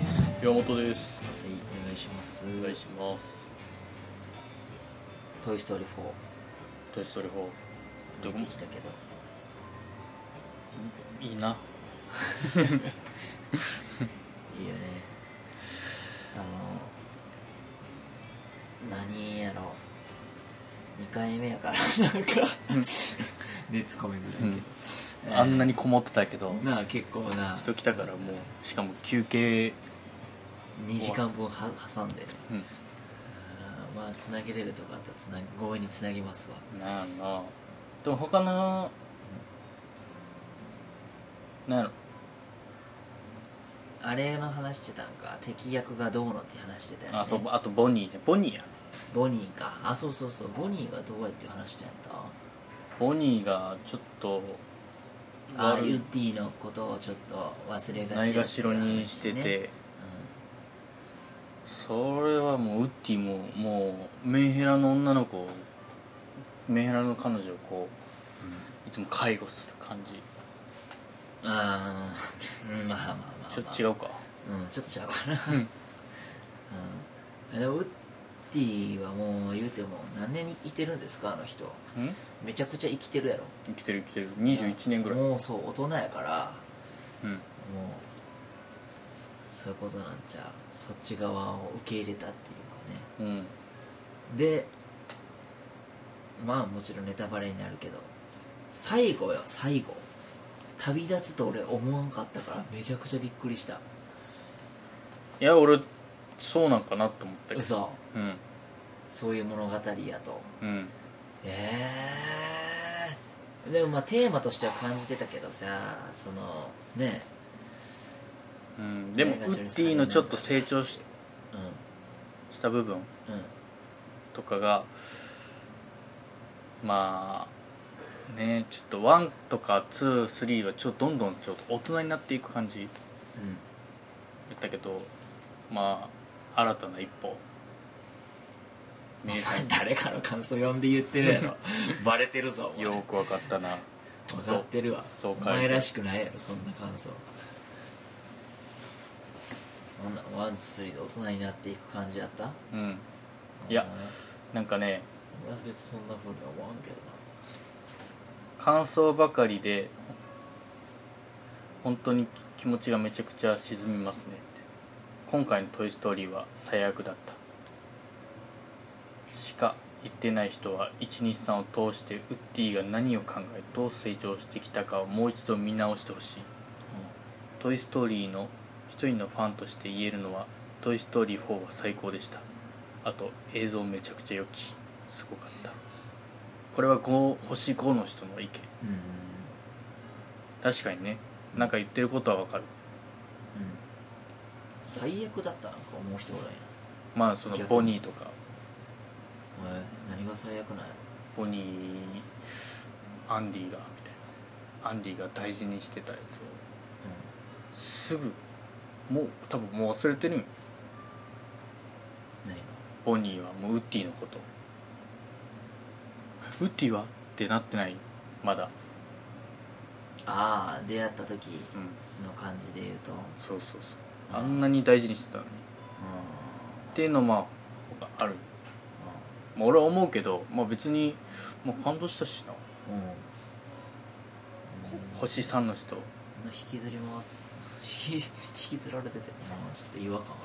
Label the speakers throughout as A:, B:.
A: です。
B: 山本です。
A: はい、お願いします。
B: お願いします。
A: トイストーリー
B: トイストーリー4
A: 4見てきたけど
B: いいな。
A: いいよね。何やろ2回目やからなんか熱込めづらいけど、
B: あんなにこもってたけど
A: なあ結構な
B: 人来たからもうしかも休憩
A: 2時間分は挟んでね、まあつなげれるとかあったら強引につなぎますわ。
B: なあなあ。でも他のなんやろ
A: あれの話してたんか、敵役がどうのって話してたよね。
B: そう、あとボニーね。ボニーや。
A: ボニーか。あ、そうそうそう、ボニーがどうやって話してんやった。
B: ボニーがちょっと
A: ユッディのことをちょっと忘れがち
B: ないがしろにしてて、それはもうウッディもうメンヘラの女の子、メンヘラの彼女をこう、いつも介護する感じ。
A: まあまあまあ、
B: ちょっと違うか。
A: ちょっと違うかな。でもウッディはもう言うても何年にいてるんですか、あの人。めちゃくちゃ生きてるやろ。
B: 生きてる21年ぐらい。
A: もうそう大人やから、もうそういうことなんちゃう。そっち側を受け入れたっていうかね。でまあもちろんネタバレになるけど、最後旅立つと俺思わんかったからめちゃくちゃびっくりした。
B: いや俺そうなんかなと思ったけど。
A: 嘘。そういう物語やと。でもまあテーマとしては感じてたけどさ、そのね
B: でもウッディのちょっと成長した部分とかがまあね、ちょっと1とか2、3はどんどんちょっと大人になっていく感じだったけど、まあ新たな一歩。
A: 誰かの感想読んで言ってるやろバレてるぞ。
B: よく分かったな。
A: 分かってるわ。
B: そう
A: お前らしくないやろそんな感想。ワンツースリーで大人になっていく感じやった。
B: いやなんかね、
A: 俺は別にそんな風に思わんけどな。
B: 感想ばかりで本当に気持ちがめちゃくちゃ沈みますねって。今回のトイストーリーは最悪だったしか言ってない人は123を通してウッディが何を考えどう成長してきたかをもう一度見直してほしい。トイストーリーの一人のファンとして言えるのはトイストーリー4は最高でした。あと映像めちゃくちゃ良き、すごかった。これは星5の人の意見。確かにね、なんか言ってることはわかる。
A: 最悪だったなんか思う人おらんや。
B: まあそのボニーとか。
A: 何が最悪なんやろ。
B: ボニー、アンディがみたいな、アンディが大事にしてたやつをすぐもう多分もう忘れてるんよ。
A: 何が。
B: ボニーはもうウッディのこと、ウッディはってなってない、まだ。
A: 出会った時の感じで言うと、
B: そうあんなに大事にしてたのにっていうのまあある。俺は思うけど、まあ別にもう感動したしな。星3の人
A: 引きずり引きずられてて、ちょっと違和感ある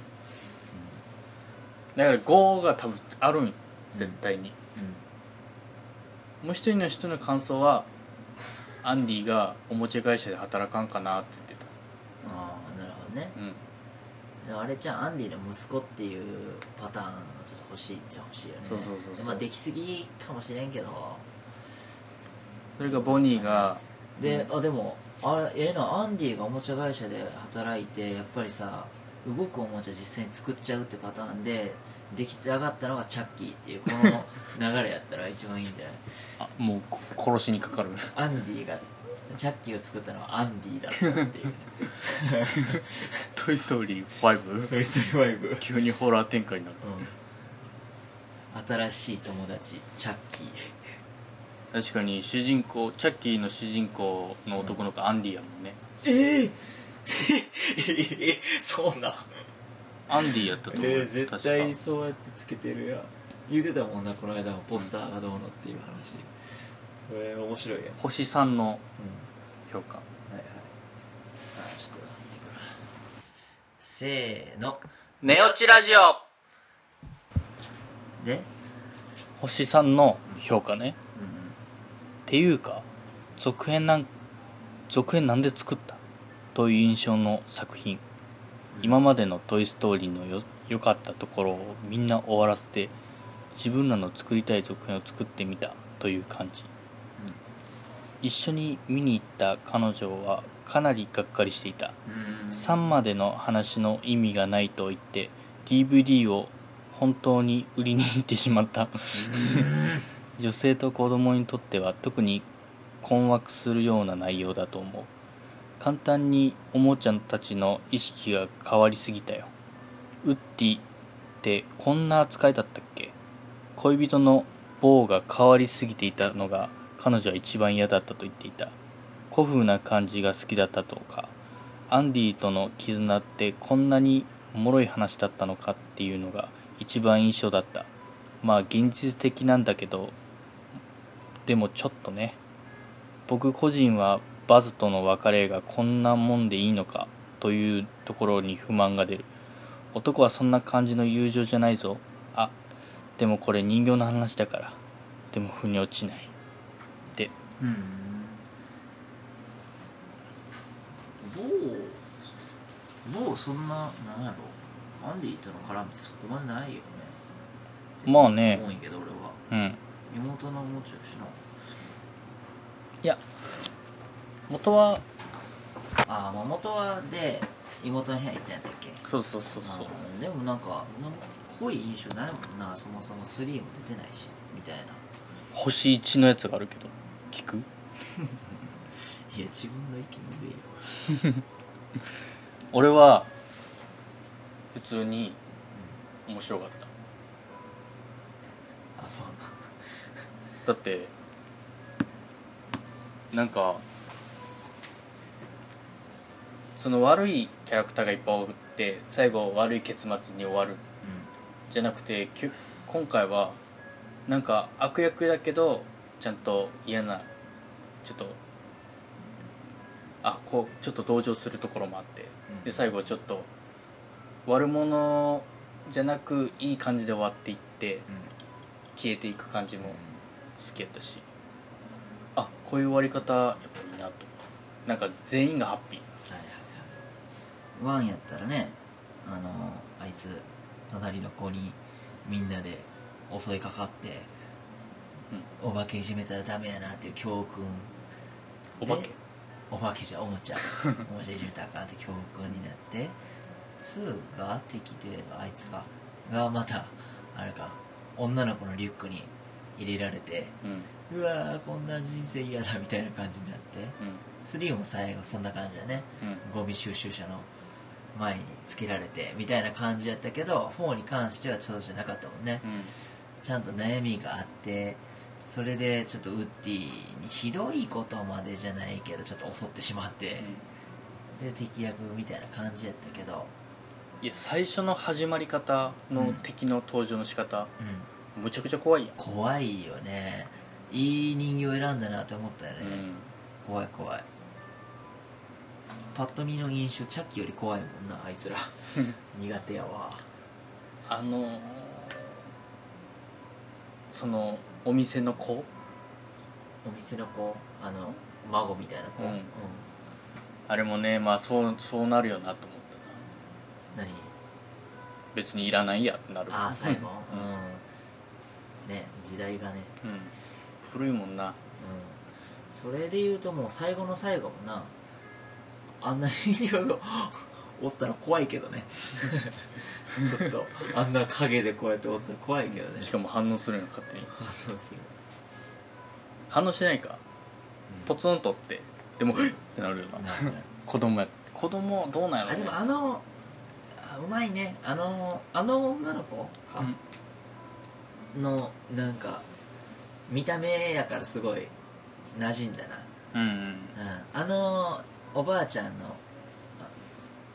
A: けど
B: だから5が多分あるんよ絶対に。もう一人の人の感想はアンディがおもちゃ会社で働かんかなって言ってた。
A: なるほどね。でもあれじゃん、アンディの息子っていうパターンちょっと欲しいっちゃ欲しいよね。
B: そう
A: まあできすぎかもしれんけど、
B: それがボニーが
A: でもあれアンディがおもちゃ会社で働いてやっぱりさ、動くおもちゃ実際に作っちゃうってパターンで出来上がったのがチャッキーっていうこの流れやったら一番いいんじゃない
B: もう殺しにかかる。
A: アンディがチャッキーを作ったのはアンディだったっていう
B: トイストーリー5
A: トイストーリー5
B: 急にホラー展開になる。
A: 新しい友達チャッキー。
B: 確かに主人公チャッキーの主人公の男の子、アンディやもんね。
A: そうなん
B: アンディやったと思う、
A: 絶対そうやってつけてるやん。言うてたもんな、この間もポスターがどうのっていう話。面白いやん。
B: 星3の評価、
A: はいはい。ちょっと見てくる。せーの。
B: ネオチラジオ
A: で
B: 星3の評価ね、っていうか続編なんで作ったという印象の作品、今までのトイストーリーの良かったところをみんな終わらせて自分らの作りたい続編を作ってみたという感じ、一緒に見に行った彼女はかなりがっかりしていた。3までの話の意味がないと言って DVD を本当に売りに行ってしまった女性と子供にとっては特に困惑するような内容だと思う。簡単におもちゃたちの意識が変わりすぎたよ。ウッディってこんな扱いだったっけ。恋人のボーが変わりすぎていたのが彼女は一番嫌だったと言っていた。古風な感じが好きだったとか、アンディとの絆ってこんなにおもろい話だったのかっていうのが一番印象だった。まあ現実的なんだけど、でもちょっとね。僕個人はバズとの別れがこんなもんでいいのかというところに不満が出る。男はそんな感じの友情じゃないぞ。あ、でもこれ人形の話だから。でも腑に落ちない。で、
A: もうそんな、なんやろ、アンディとの絡みってそこまでないよね。
B: まあね、
A: 多いけど俺は。妹のおもちゃやしな。
B: いや、元は
A: 元はで妹の部屋行ったんやったっけ。
B: そう
A: でもなんか濃い印象ないもんな。そもそも3も出てないしみたいな。
B: 星1のやつがあるけど聞く？
A: いや自分の意見言えよ
B: 俺は普通に面白かった。
A: そうなん
B: だってなんかその悪いキャラクターがいっぱいおって最後悪い結末に終わる、じゃなくて今回はなんか悪役だけどちゃんと嫌なちょっとちょっと同情するところもあって、で最後ちょっと悪者じゃなくいい感じで終わっていって、消えていく感じも好きやったし、こういう終わり方やっぱいいなと。なんか全員がハッピー。
A: ワンやったらね、あいつ隣の子にみんなで襲いかかって、お化けいじめたらダメやなっていう教訓。お化けじゃおもちゃおもちゃいじめたらあかんって教訓になって、2が敵といえばあいつかがまたあれか、女の子のリュックに入れられて、うわーこんな人生嫌だみたいな感じになって、3も最後そんな感じだね、ゴミ収集車の前につけられてみたいな感じやったけど、4に関してはそうじゃなかったもんね、ちゃんと悩みがあって、それでちょっとウッディにひどいことまでじゃないけどちょっと襲ってしまって、で敵役みたいな感じやったけど、
B: いや最初の始まり方の敵の登場の仕方、むちゃくちゃ怖いやん。
A: 怖いよね。いい人形選んだなって思ったよね、怖いパッと見の印象チャッキーより怖いもんなあいつら苦手やわ。
B: そのお店の子
A: 孫みたいな子、
B: あれもね、まあそうなるよなと思ったな。
A: 何
B: 別にいらないやってなる。
A: 最後ね、時代がね、
B: 古いもんな。
A: それで言うともう最後の最後もな、あんな人形がおったら怖いけどねちょっとあんな影でこうやっておったら怖いけどね。
B: しかも反応するの勝手に反応しないか、ポツンとってでもってなるよな子供どうなんやろうね。
A: でもうまいね、あの女の子か、のなんか見た目やからすごい馴染んだな。おばあちゃんの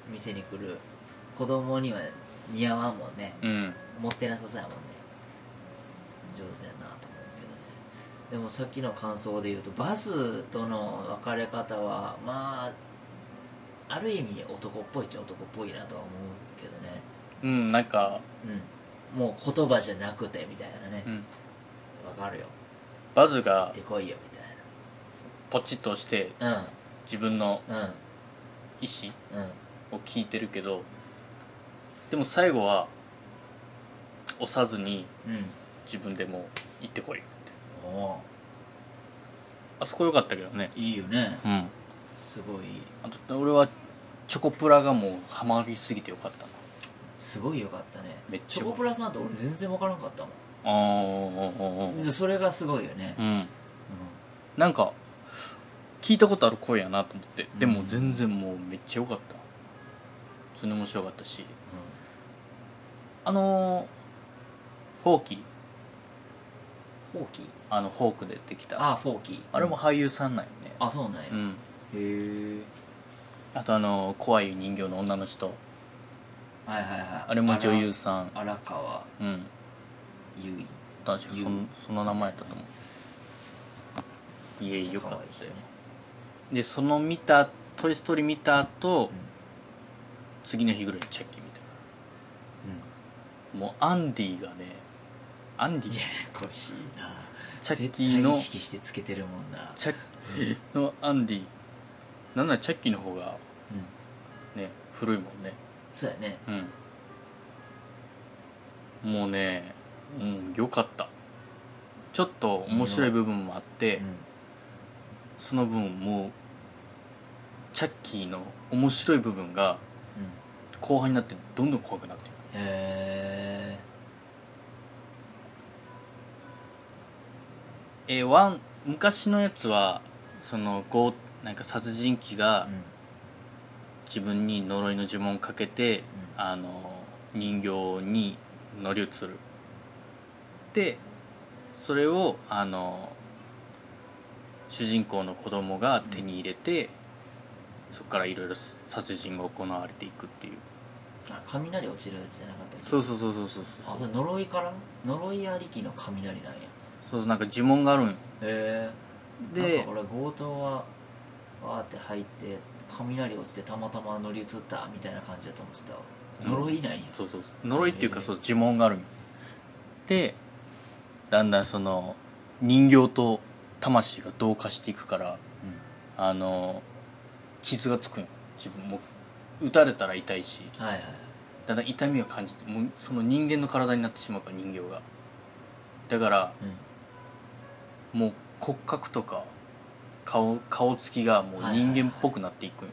A: 店に来る子供には似合わんもんね、
B: うん、
A: 持ってなさそうやもんね。上手やなと思うけどね。でもさっきの感想で言うとバズとの別れ方はまあある意味男っぽいっちゃ男っぽいなとは思うけどね。
B: うん、なんか、
A: もう言葉じゃなくてみたいなね。わかるよ。
B: バズが
A: 行ってこいよみたい
B: ポチッとして
A: な。
B: 自分の
A: うん
B: 意思を聞いてるけど、でも最後は押さずに自分でもう行ってこいって。
A: おお、
B: あそこ良かったけどね。
A: いいよね。
B: うん。
A: すごい
B: あと俺はチョコプラがもうハマりすぎてよかったな。
A: すごいよかったね。
B: めっちゃ
A: チョコプラさんと俺全然分からんかったもん。
B: ああ、
A: それがすごいよね。
B: なんか聞いたことある声やなと思って、でも全然もうめっちゃ良かった。普通に面白かったし、フォーキー、
A: フォーキー、
B: フォークでできた
A: フォーキー、
B: あれも俳優さんなんよね。
A: あ、そうなんや。へえ。
B: あと怖い人形の女の人、
A: はいはいはい、
B: あれも女優さん。
A: 荒川優衣、
B: 確かその名前やったと思う。いえ、よかったよ。でトイストーリー見た後、次の日ぐらいにチャッキー見た。もうアンディがね、やや
A: こしいな。
B: チャッキーの
A: 絶対意識してつけてるもんな。
B: チャッキーのアンディ、なんならチャッキーの方がね、古いもんね。
A: そうやね。
B: もうね、よかった。ちょっと面白い部分もあって、その分もうチャッキーの面白い部分が後半になってどんどん怖くなっていく。
A: へ
B: え。昔のやつはなんか殺人鬼が自分に呪いの呪文かけて、人形に乗り移る。でそれを主人公の子供が手に入れて、そこからいろいろ殺人が行われていくっていう。
A: 雷落ちるやつじゃなかったっけ。
B: そう
A: それ呪いありきの雷なんや。
B: そう、なんか呪文があるんよ。
A: へえ。
B: で
A: なんか俺強盗はわーって入って雷落ちてたまたま乗り移ったみたいな感じだと思ってたわ。呪いなんや。
B: そう呪いっていうか、呪文があるんよ。でだんだんその人形と魂が同化していくから、傷がつくんよ。自分も撃たれたら痛いし、だんだん痛みを感じて、もうその人間の体になってしまうから、人形が。だから、もう骨格とか顔つきがもう人間っぽくなっていくんよ。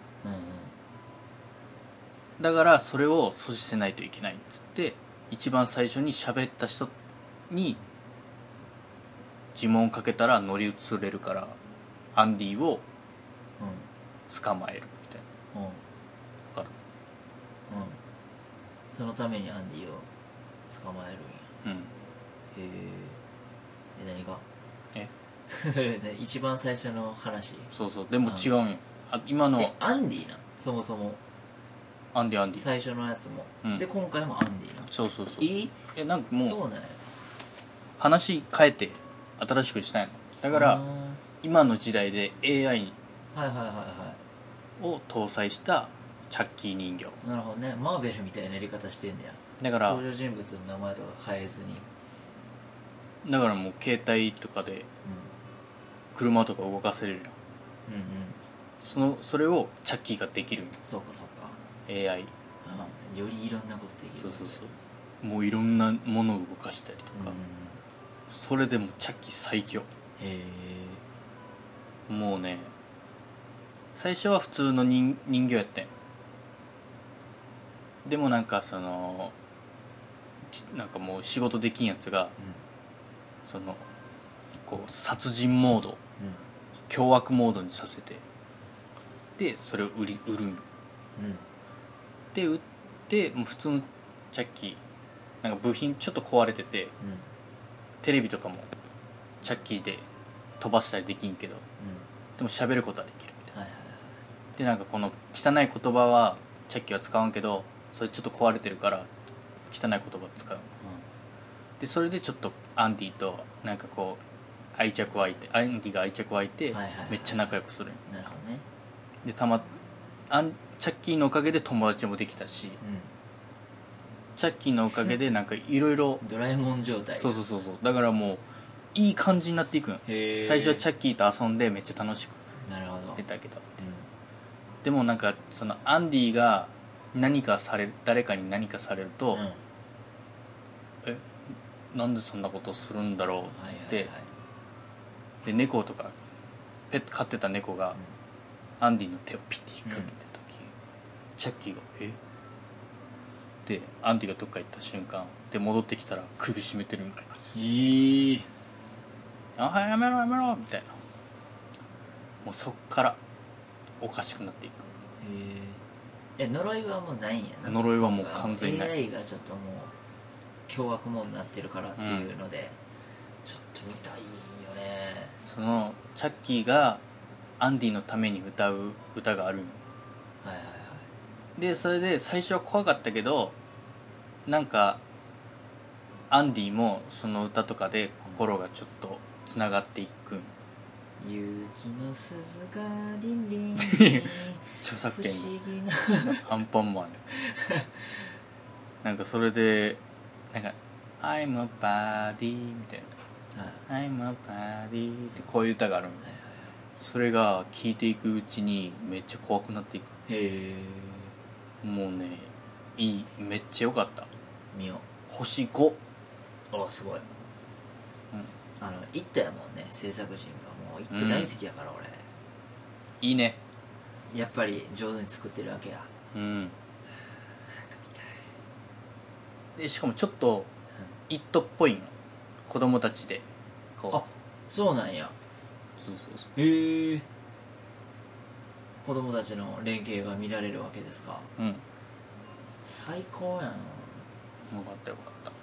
B: だからそれを阻止せないといけないっつって、一番最初に喋った人に呪文をかけたら乗り移れるから、アンディを捕まえるみたいな。わかる？
A: そのためにアンディを捕まえるんや。へえ。何が？それで一番最初の話。
B: そうでも違うんよ。今の
A: アンディな、そもそも
B: アンディ
A: 最初のやつも、で今回もアンディな。
B: そう
A: いい？
B: なんかもう
A: そうなんや。
B: 話変えて新しくしたいの。だから今の時代で AI を搭載したチャッキー人形。
A: なるほどね。マーベルみたいなやり方してんだよ。
B: だから
A: 登場人物の名前とか変えずに。
B: だからもう携帯とかで車とか動かせれるよ。それをチャッキーができる。
A: そうか
B: AI。
A: よりいろんなことできる。
B: そうもういろんなものを動かしたりとか、それでもチャッキー最強。
A: へ
B: え。もうね、最初は普通の人形やったん。でもなんかなんかもう仕事できんやつが、こう殺人モード、凶悪モードにさせて、でそれを売るんよ。で売ってもう普通のチャッキー、なんか部品ちょっと壊れてて、テレビとかもチャッキーで飛ばしたりできんけど、でも喋ることはできるみたいな。でなんかこの汚い言葉はチャッキーは使うんけど、それちょっと壊れてるから汚い言葉使う、でそれでちょっとアンディとなんかこう愛着湧いて、アンディが愛着湧いて、めっちゃ仲良くする。
A: なるほどね。
B: でチャッキーのおかげで友達もできたし、チャッキーのおかげでなんかいろいろ
A: ドラえもん状態。
B: そうだからもういい感じになっていくん。最初はチャッキーと遊んでめっちゃ楽しくしてたけど、でもなんかそのアンディが誰かに何かされると、なんでそんなことするんだろうっつって、で猫とか飼ってた猫がアンディの手をピッて引っ掛けてた時、チャッキーがでアンディがどっか行った瞬間で戻ってきたら首絞めてるみたいな、はいやめろみたいな、もうそっからおかしくなっていく。
A: 呪いはもうないんやな。
B: 呪いはもう完全にない。
A: AI がちょっともう凶悪者になってるからっていうので、ちょっと見たいよね。
B: そのチャッキーがアンディのために歌う歌があるんよ。でそれで最初は怖かったけど、なんかアンディもその歌とかで心がちょっとつながっていくん。
A: 雪の鈴がリンリン
B: 著作権
A: 不思議な
B: アンパンマンなんかそれでなんか I'm a body みたいな、I'm a body ってこういう歌があるん、それが聴いていくうちにめっちゃ怖くなっていく。もうねめっちゃ良かった。
A: 見よう。
B: 星5。
A: すごい。行ったやもんね、制作陣が。もう行って大好きやから、俺
B: いいね。
A: やっぱり上手に作ってるわけや。
B: でしかもちょっと「イット!」っぽいの、子供たちでこ
A: う。そうなんや。
B: そう
A: へえ。子供たちの連携が見られるわけですか。最高やん。
B: よかった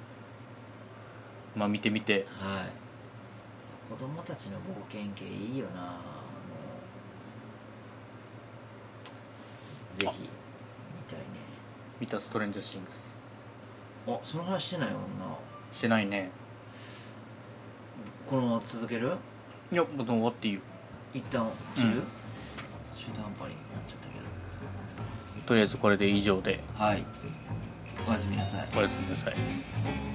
B: まあ見てみて。
A: 子供たちの冒険系いいよな。もうぜひ見たいね。
B: 見たストレンジャーシングス。
A: その話してないもんな。
B: してないね。
A: このまま続ける？
B: いや、もう終わっていいよ。
A: 一旦切る？中途半端になっちゃったけど、
B: とりあえずこれで以上で。
A: はい、おやすみなさい。
B: おやすみなさい。